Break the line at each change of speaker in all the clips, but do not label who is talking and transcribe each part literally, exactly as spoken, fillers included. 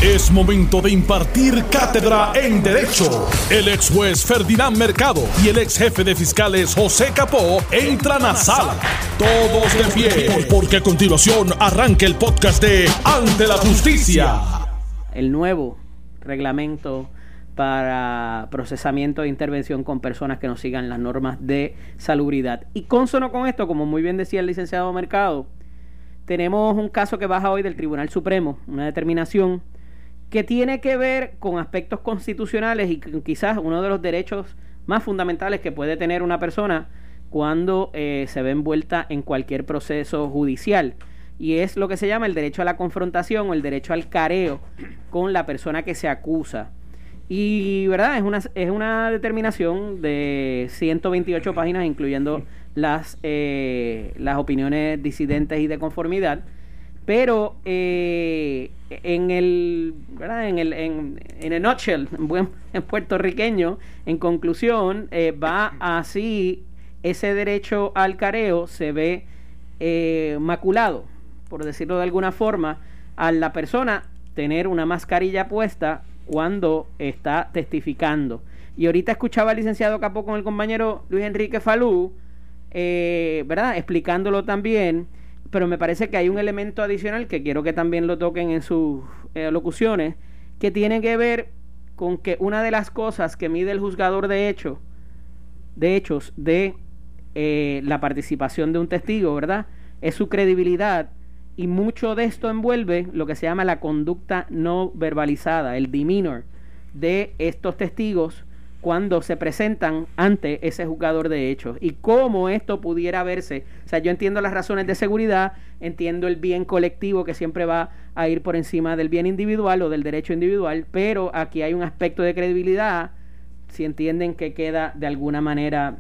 Es momento de impartir cátedra en Derecho. El ex juez Ferdinand Mercado y el ex jefe de fiscales José Capó entran a sala. Todos de pie, porque a continuación arranca el podcast de Ante la Justicia.
El nuevo reglamento para procesamiento e intervención con personas que no sigan las normas de salubridad. Y consono con esto, como muy bien decía el licenciado Mercado, tenemos un caso que baja hoy del Tribunal Supremo, una determinación que tiene que ver con aspectos constitucionales y quizás uno de los derechos más fundamentales que puede tener una persona cuando eh, se ve envuelta en cualquier proceso judicial, y es lo que se llama el derecho a la confrontación o el derecho al careo con la persona que se acusa. Y verdad, es una, es una determinación de ciento veintiocho páginas, incluyendo las, eh, las opiniones disidentes y de conformidad. Pero eh, en el, ¿verdad? En el, en, en el nutshell, en buen en puertorriqueño, en conclusión, eh, va así, ese derecho al careo se ve eh, maculado, por decirlo de alguna forma, a la persona tener una mascarilla puesta cuando está testificando. Y ahorita escuchaba al licenciado Capó con el compañero Luis Enrique Falú, eh, ¿verdad? Explicándolo también. Pero me parece que hay un elemento adicional que quiero que también lo toquen en sus eh, locuciones, que tiene que ver con que una de las cosas que mide el juzgador de hecho, de hechos de eh, la participación de un testigo, ¿verdad?, es su credibilidad, y mucho de esto envuelve lo que se llama la conducta no verbalizada, el demeanor de estos testigos cuando se presentan ante ese juzgador de hechos, y cómo esto pudiera verse. O sea, yo entiendo las razones de seguridad, entiendo el bien colectivo que siempre va a ir por encima del bien individual o del derecho individual, pero aquí hay un aspecto de credibilidad, si entienden que queda de alguna manera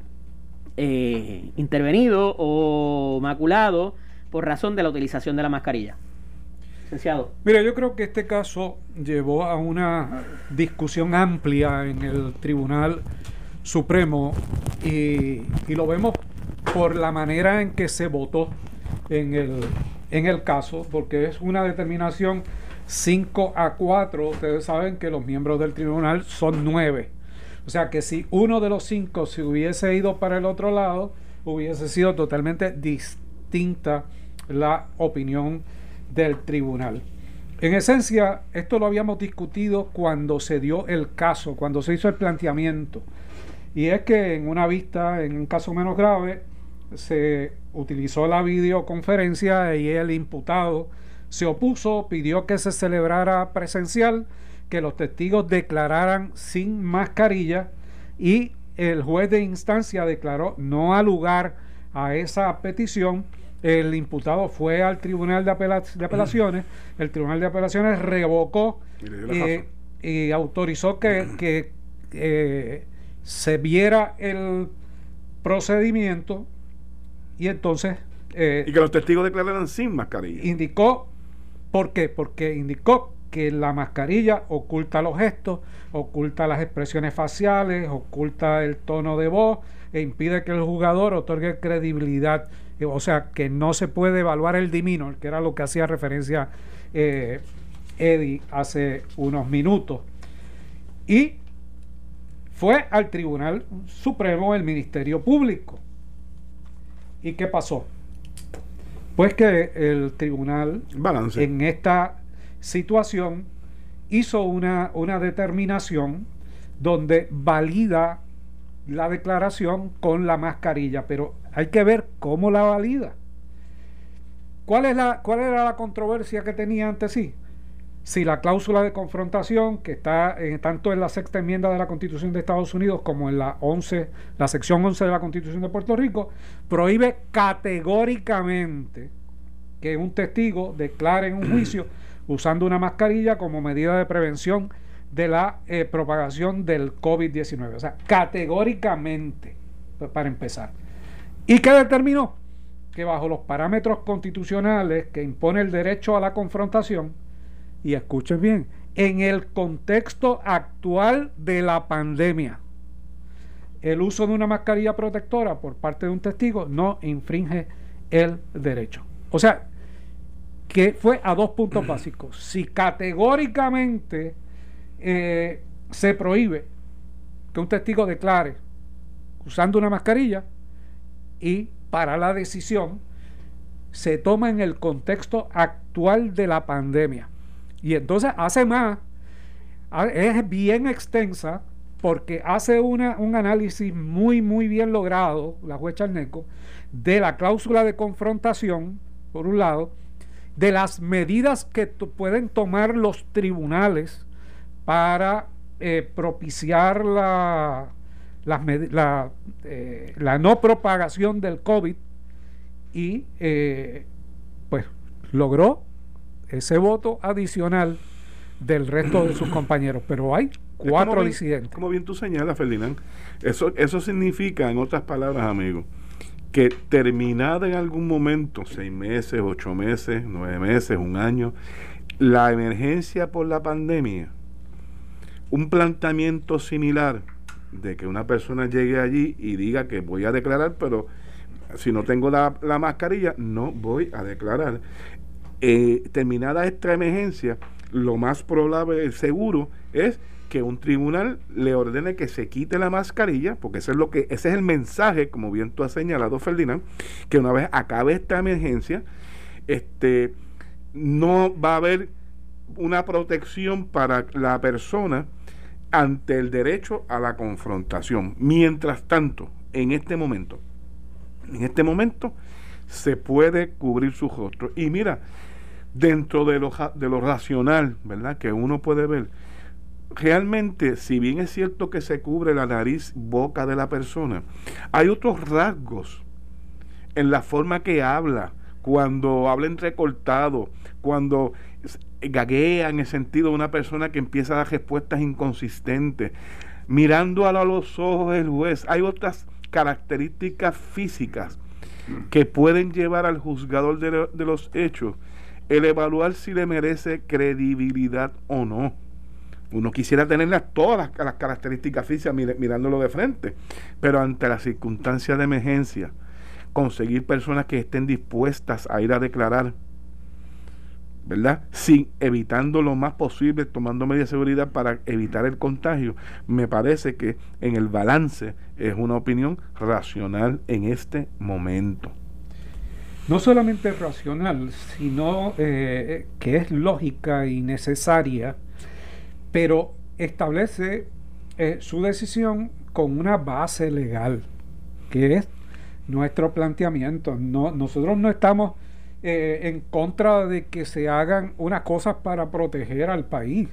eh, intervenido o maculado por razón de la utilización de la mascarilla. Licenciado.
Mira, yo creo que este caso llevó a una discusión amplia en el Tribunal Supremo y, y lo vemos por la manera en que se votó en el, en el caso, porque es una determinación cinco a cuatro. Ustedes saben que los miembros del tribunal son nueve. O sea que si uno de los cinco se hubiese ido para el otro lado, hubiese sido totalmente distinta la opinión del tribunal. En esencia, esto lo habíamos discutido cuando se dio el caso, cuando se hizo el planteamiento, y es que en una vista, en un caso menos grave, se utilizó la videoconferencia y el imputado se opuso, pidió que se celebrara presencial, que los testigos declararan sin mascarilla, y el juez de instancia declaró no al lugar a esa petición. El imputado fue al Tribunal de, apela de Apelaciones, el Tribunal de Apelaciones revocó y, eh, y autorizó que, que eh, se viera el procedimiento, y entonces
eh, y que los testigos declararan sin mascarilla.
Indicó, ¿por qué? Porque indicó que la mascarilla oculta los gestos, oculta las expresiones faciales, oculta el tono de voz e impide que el jugador otorgue credibilidad. O sea, que no se puede evaluar el demeanor, que era lo que hacía referencia eh, Eddie hace unos minutos. Y fue al Tribunal Supremo el Ministerio Público. ¿Y qué pasó? Pues que el tribunal, Balance. en esta situación, hizo una, una determinación donde valida la declaración con la mascarilla, pero hay que ver cómo la valida. ¿Cuál es la, cuál era la controversia que tenía ante sí? Si la cláusula de confrontación, que está en, tanto en la sexta enmienda de la Constitución de Estados Unidos como en la once, la sección once de la Constitución de Puerto Rico, prohíbe categóricamente que un testigo declare en un juicio usando una mascarilla como medida de prevención de la eh, propagación del COVID diecinueve. O sea, categóricamente, para empezar. ¿Y qué determinó? Que bajo los parámetros constitucionales que impone el derecho a la confrontación, y escuchen bien, en el contexto actual de la pandemia, el uso de una mascarilla protectora por parte de un testigo no infringe el derecho. O sea, que fue a dos puntos básicos. Si categóricamente eh, se prohíbe que un testigo declare usando una mascarilla, y para la decisión se toma en el contexto actual de la pandemia. Y entonces hace más, es bien extensa, porque hace una, un análisis muy, muy bien logrado, la juez Charneco, de la cláusula de confrontación, por un lado, de las medidas que pueden tomar los tribunales para eh, propiciar la, la, la, eh, la no propagación del COVID, y eh, pues logró ese voto adicional del resto de sus compañeros, pero hay cuatro
como
disidentes.
Bien, como bien tú señalas, Ferdinand, eso, eso significa, en otras palabras, amigo, que terminada en algún momento, seis meses, ocho meses, nueve meses, un año, la emergencia por la pandemia, un planteamiento similar de que una persona llegue allí y diga que voy a declarar, pero si no tengo la, la mascarilla, no voy a declarar. Eh, terminada esta emergencia, lo más probable, seguro, es que un tribunal le ordene que se quite la mascarilla, porque eso es lo que, ese es el mensaje, como bien tú has señalado, Ferdinand, que una vez acabe esta emergencia, este, no va a haber una protección para la persona ante el derecho a la confrontación. Mientras tanto, en este momento, en este momento, se puede cubrir su rostro. Y mira, dentro de lo, de lo racional, ¿verdad?, que uno puede ver, realmente, si bien es cierto que se cubre la nariz, boca de la persona, hay otros rasgos en la forma que habla, cuando habla entrecortado, cuando gaguea, en el sentido de una persona que empieza a dar respuestas inconsistentes, mirando a los ojos del juez. Hay otras características físicas que pueden llevar al juzgador de, de los hechos el evaluar si le merece credibilidad o no. Uno quisiera tenerlas todas las, las características físicas mir, mirándolo de frente, pero ante las circunstancias de emergencia, conseguir personas que estén dispuestas a ir a declarar, ¿verdad?, sin, evitando lo más posible, tomando medidas de seguridad para evitar el contagio, me parece que en el balance es una opinión racional en este momento.
No solamente racional, sino eh, que es lógica y necesaria, pero establece eh, su decisión con una base legal, que es nuestro planteamiento. No, nosotros no estamos eh, en contra de que se hagan unas cosas para proteger al país.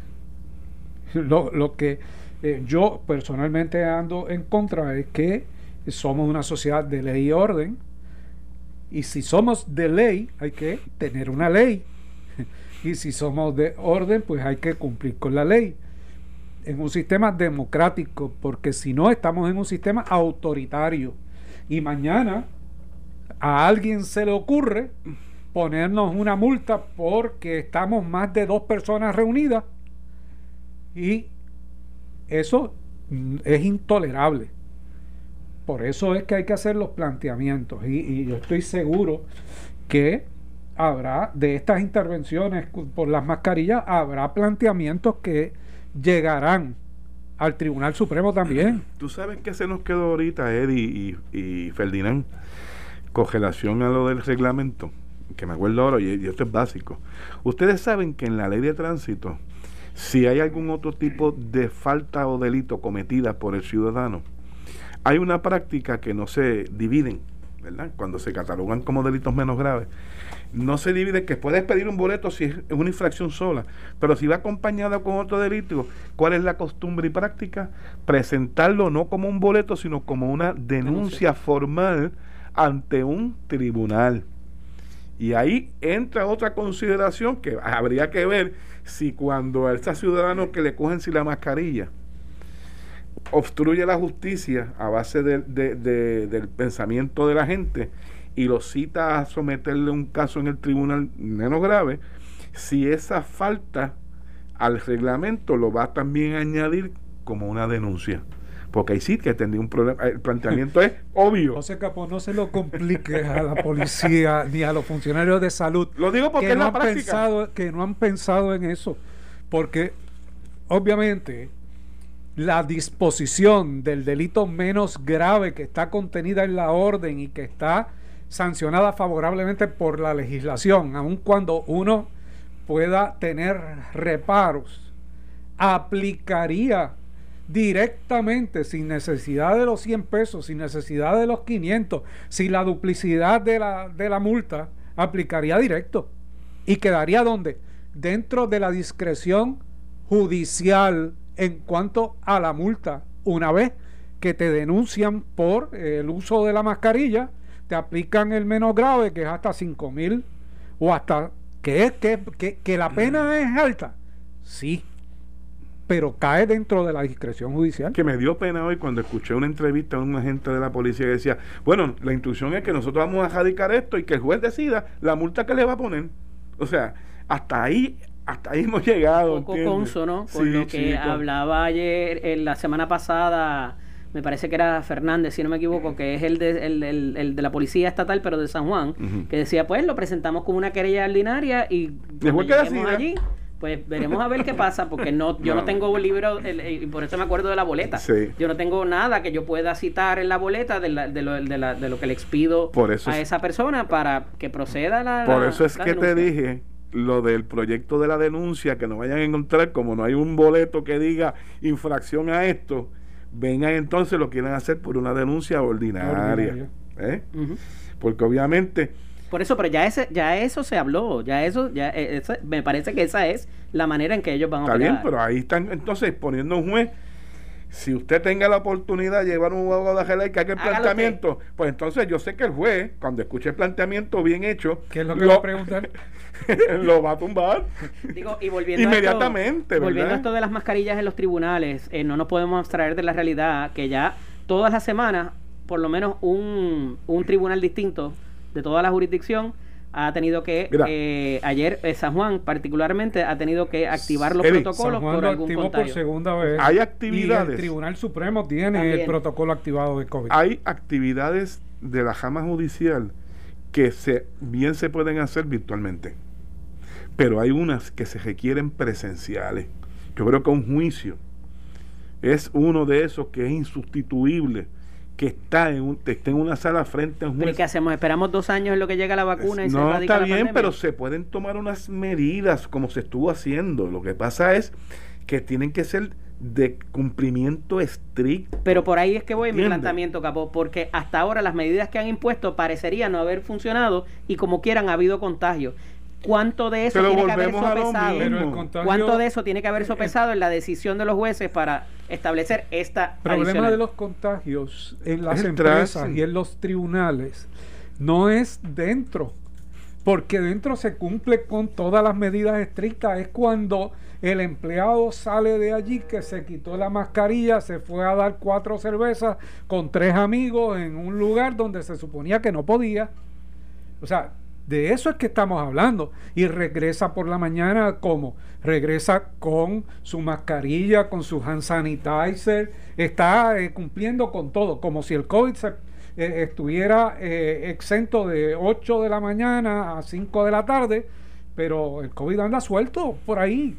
Lo, lo que eh, yo personalmente ando en contra es que somos una sociedad de ley y orden, y si somos de ley hay que tener una ley, y si somos de orden pues hay que cumplir con la ley en un sistema democrático, porque si no estamos en un sistema autoritario, y mañana a alguien se le ocurre ponernos una multa porque estamos más de dos personas reunidas, y eso es intolerable. Por eso es que hay que hacer los planteamientos, y, y yo estoy seguro que habrá, de estas intervenciones por las mascarillas, habrá planteamientos que llegarán al Tribunal Supremo también.
Tú sabes que se nos quedó ahorita, Eddie y, y Ferdinand, con relación a lo del reglamento, que me acuerdo ahora, y, y esto es básico. Ustedes saben que en la ley de tránsito, si hay algún otro tipo de falta o delito cometida por el ciudadano, hay una práctica que no se dividen, ¿verdad? Cuando se catalogan como delitos menos graves, no se divide, que puedes pedir un boleto si es una infracción sola, pero si va acompañada con otro delito, ¿cuál es la costumbre y práctica? Presentarlo no como un boleto, sino como una denuncia formal ante un tribunal. Y ahí entra otra consideración que habría que ver si cuando a ese ciudadano que le cogen sin la mascarilla obstruye la justicia a base de, de, de, del pensamiento de la gente y lo cita a someterle un caso en el tribunal menos grave, si esa falta al reglamento lo va a también añadir como una denuncia, porque ahí sí que tendría un problema. El planteamiento es obvio.
José Capó, no se lo compliques a la policía ni a los funcionarios de salud.
Lo digo porque
que
es
no
la
han
práctica.
pensado, que no han pensado en eso, porque obviamente la disposición del delito menos grave que está contenida en la orden y que está sancionada favorablemente por la legislación, aun cuando uno pueda tener reparos, aplicaría directamente, sin necesidad de los cien pesos, sin necesidad de los quinientos, sin la duplicidad de la, de la multa, aplicaría directo y quedaría donde dentro de la discreción judicial en cuanto a la multa. Una vez que te denuncian por eh, el uso de la mascarilla, te aplican el menos grave, que es hasta cinco mil, o hasta que es que, que, que la pena es alta, sí, pero cae dentro de la discreción judicial.
Que me dio pena hoy cuando escuché una entrevista a un agente de la policía que decía, bueno, la instrucción es que nosotros vamos a radicar esto y que el juez decida la multa que le va a poner. O sea, hasta ahí hasta ahí hemos llegado.
Un poco consono con
sí,
lo que
sí,
hablaba ayer, en la semana pasada, me parece que era Fernández, si no me equivoco, que es el de, el, el, el de la policía estatal, pero de San Juan, uh-huh. que decía, pues lo presentamos como una querella ordinaria y cuando lleguemos allí, pues veremos a ver qué pasa, porque no yo no, no tengo libro, el, el, y por eso me acuerdo de la boleta. Sí. Yo no tengo nada que yo pueda citar en la boleta de, la, de, lo, de, la, de lo que le expido a esa persona para que proceda la
Por eso es
la
que
denuncia.
Te dije lo del proyecto de la denuncia, que no vayan a encontrar, como no hay un boleto que diga infracción a esto, vengan entonces, lo quieren hacer por una denuncia ordinaria. ¿Eh? Uh-huh. Porque obviamente...
Por eso, pero ya ese, ya eso se habló, ya eso, ya eso, me parece que esa es la manera en que ellos van a
Está
operar.
bien, pero ahí están entonces poniendo un juez. Si usted tenga la oportunidad de llevar un abogado de arreglar que haga el Hágalo planteamiento, usted. Pues entonces yo sé que el juez, cuando escuche el planteamiento bien hecho,
¿qué es lo que lo, va a preguntar?
lo va a tumbar.
Digo, y volviendo
inmediatamente,
a esto, volviendo a esto de las mascarillas en los tribunales, eh, no nos podemos abstraer de la realidad que ya todas las semanas, por lo menos un, un tribunal distinto de toda la jurisdicción ha tenido que, eh, ayer eh, San Juan particularmente ha tenido que activar los
Eric,
protocolos
San Juan
por
lo
algún
activó
contagio.
por segunda vez.
Hay actividades.
Y el Tribunal Supremo tiene
También.
el protocolo activado de COVID.
Hay actividades de la rama judicial que se bien se pueden hacer virtualmente, pero hay unas que se requieren presenciales. Yo creo que un juicio es uno de esos que es insustituible, que está en, un, está en una sala frente a un juez.
¿Pero qué hacemos? ¿Esperamos dos años en lo que llega la vacuna y
no,
se erradica
está
la
bien,
pandemia?
pero se pueden tomar unas medidas como se estuvo haciendo. Lo que pasa es que tienen que ser de cumplimiento estricto.
Pero por ahí es que voy en mi
¿Entiendes?
planteamiento, Capó, porque hasta ahora las medidas que han impuesto parecerían no haber funcionado y como quieran ha habido contagio. ¿Cuánto de eso
Pero
tiene que haber
volvemos a lo
sopesado?
mismo.
Pero el contagio-
¿Cuánto de eso tiene que haber sopesado en la decisión de los jueces para establecer esta
El problema
adicional?
de los contagios en las
Es el
empresas
trance.
y en los tribunales no es dentro, porque dentro se cumple con todas las medidas estrictas. Es cuando el empleado sale de allí, que se quitó la mascarilla, se fue a dar cuatro cervezas con tres amigos en un lugar donde se suponía que no podía. O sea, de eso es que estamos hablando. Y regresa por la mañana, ¿cómo? Regresa con su mascarilla, con su hand sanitizer, está eh, cumpliendo con todo, como si el COVID se, eh, estuviera eh, exento de ocho de la mañana a cinco de la tarde, pero el COVID anda suelto por ahí.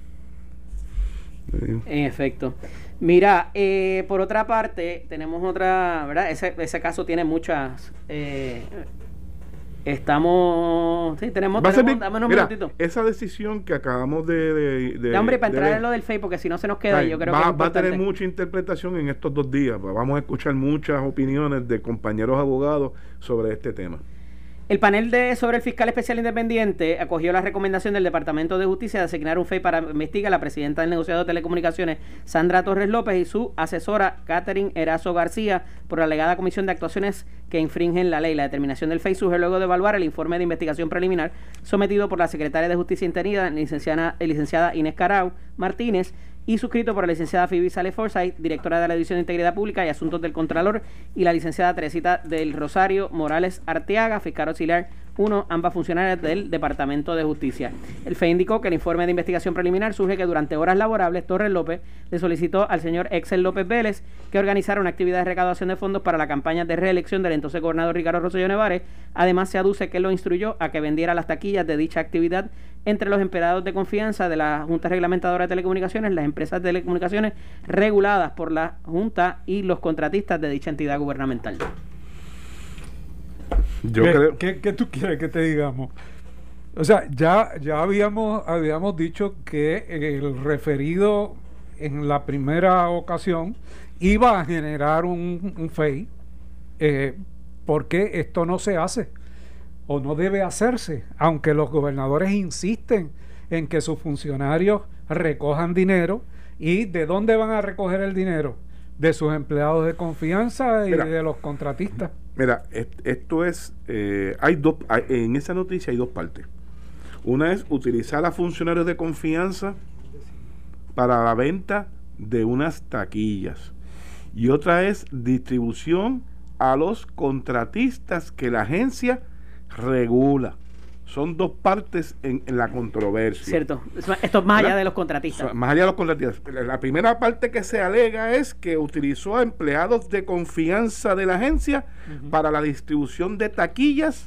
En efecto. Mira, eh, por otra parte, tenemos otra, ¿verdad? Ese, ese caso tiene muchas... Eh, estamos... Sí, tenemos...
Va a ser
tenemos
bien-
dame unos
mira,
minutitos.
esa decisión que acabamos de... de, de
Da, hombre, para
de
entrar
ver,
en lo del F E I, porque si no se nos queda,
ay,
yo creo
va,
que es
va a
importante.
tener mucha interpretación en estos dos días. Vamos a escuchar muchas opiniones de compañeros abogados sobre este tema.
El panel de sobre el fiscal especial independiente acogió la recomendación del Departamento de Justicia de asignar un F E I para investigar a la presidenta del negociado de telecomunicaciones, Sandra Torres López, y su asesora, Catherine Erazo García, por la alegada comisión de actuaciones que infringen la ley. La determinación del F E I surge luego de evaluar el informe de investigación preliminar sometido por la secretaria de Justicia interina, licenciada, licenciada Inés Carau Martínez, y suscrito por la licenciada Phoebe Sale Forsyth, directora de la División de Integridad Pública y Asuntos del Contralor, y la licenciada Teresita del Rosario Morales Arteaga, fiscal auxiliar uno, ambas funcionarias del Departamento de Justicia. El F E I indicó que el informe de investigación preliminar surge que durante horas laborables Torres López le solicitó al señor Excel López Vélez que organizara una actividad de recaudación de fondos para la campaña de reelección del entonces gobernador Ricardo Rosselló Nevares. Además, se aduce que lo instruyó a que vendiera las taquillas de dicha actividad entre los empleados de confianza de la Junta Reglamentadora de Telecomunicaciones, las empresas de telecomunicaciones reguladas por la Junta y los contratistas de dicha entidad gubernamental.
Yo ¿Qué, creo... ¿qué, ¿Qué tú quieres que te digamos? O sea, ya, ya habíamos, habíamos dicho que el referido en la primera ocasión iba a generar un, un F E I. Eh, ¿Por qué esto no se hace? O no debe hacerse, aunque los gobernadores insisten en que sus funcionarios recojan dinero. ¿Y de dónde van a recoger el dinero? De sus empleados de confianza y mira, de los contratistas.
Mira, esto es, eh, hay dos, hay, en esa noticia hay dos partes. Una es utilizar a funcionarios de confianza para la venta de unas taquillas, y otra es distribución a los contratistas que la agencia regula. Son dos partes en, en la controversia.
Cierto. Esto es más allá de los contratistas.
Más allá de los contratistas. La primera parte que se alega es que utilizó a empleados de confianza de la agencia uh-huh. para la distribución de taquillas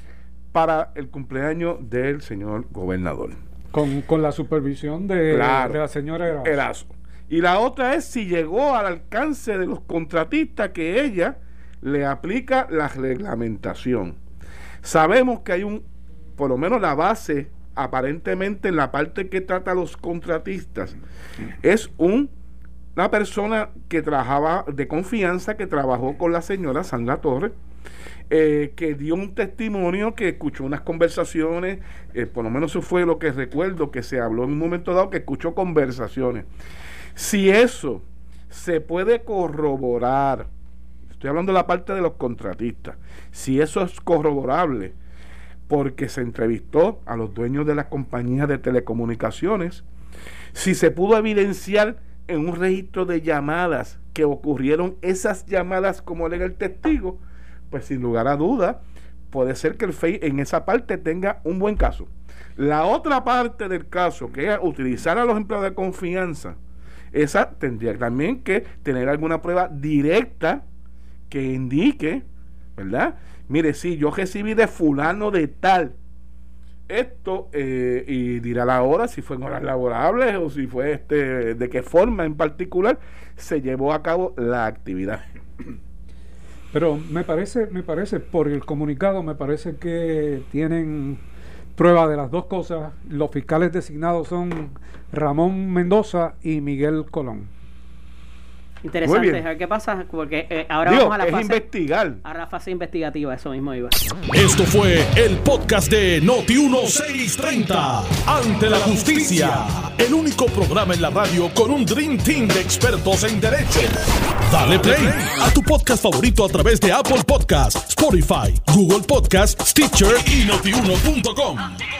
para el cumpleaños del señor gobernador.
Con, con la supervisión de, claro, de la señora Erazo.
Erazo. Y la otra es si llegó al alcance de los contratistas que ella le aplica la reglamentación. Sabemos que hay un, por lo menos la base, aparentemente en la parte que trata a los contratistas, es un, una persona que trabajaba de confianza, que trabajó con la señora Sandra Torres, eh, que dio un testimonio, que escuchó unas conversaciones, eh, por lo menos eso fue lo que recuerdo, que se habló en un momento dado, que escuchó conversaciones. Si eso se puede corroborar, estoy hablando de la parte de los contratistas, si eso es corroborable, porque se entrevistó a los dueños de las compañías de telecomunicaciones, si se pudo evidenciar en un registro de llamadas que ocurrieron esas llamadas como alega el testigo, pues sin lugar a duda puede ser que el F E I en esa parte tenga un buen caso. La otra parte del caso, que es utilizar a los empleados de confianza, esa tendría también que tener alguna prueba directa que indique, ¿verdad? Mire, sí, yo recibí de fulano de tal esto, eh, y dirá la hora, si fue en horas laborables o si fue este, de qué forma en particular se llevó a cabo la actividad.
Pero me parece, me parece, por el comunicado, me parece que tienen prueba de las dos cosas. Los fiscales designados son Ramón Mendoza y Miguel Colón.
Interesante, a ver qué pasa, porque eh, ahora
Digo,
vamos a la
es
fase
investigar.
a la fase investigativa, eso mismo iba.
Esto fue el podcast de Noti dieciséis treinta, Ante la Justicia, el único programa en la radio con un Dream Team de expertos en derecho. Dale play a tu podcast favorito a través de Apple Podcasts, Spotify, Google Podcasts, Stitcher y Noti uno punto com.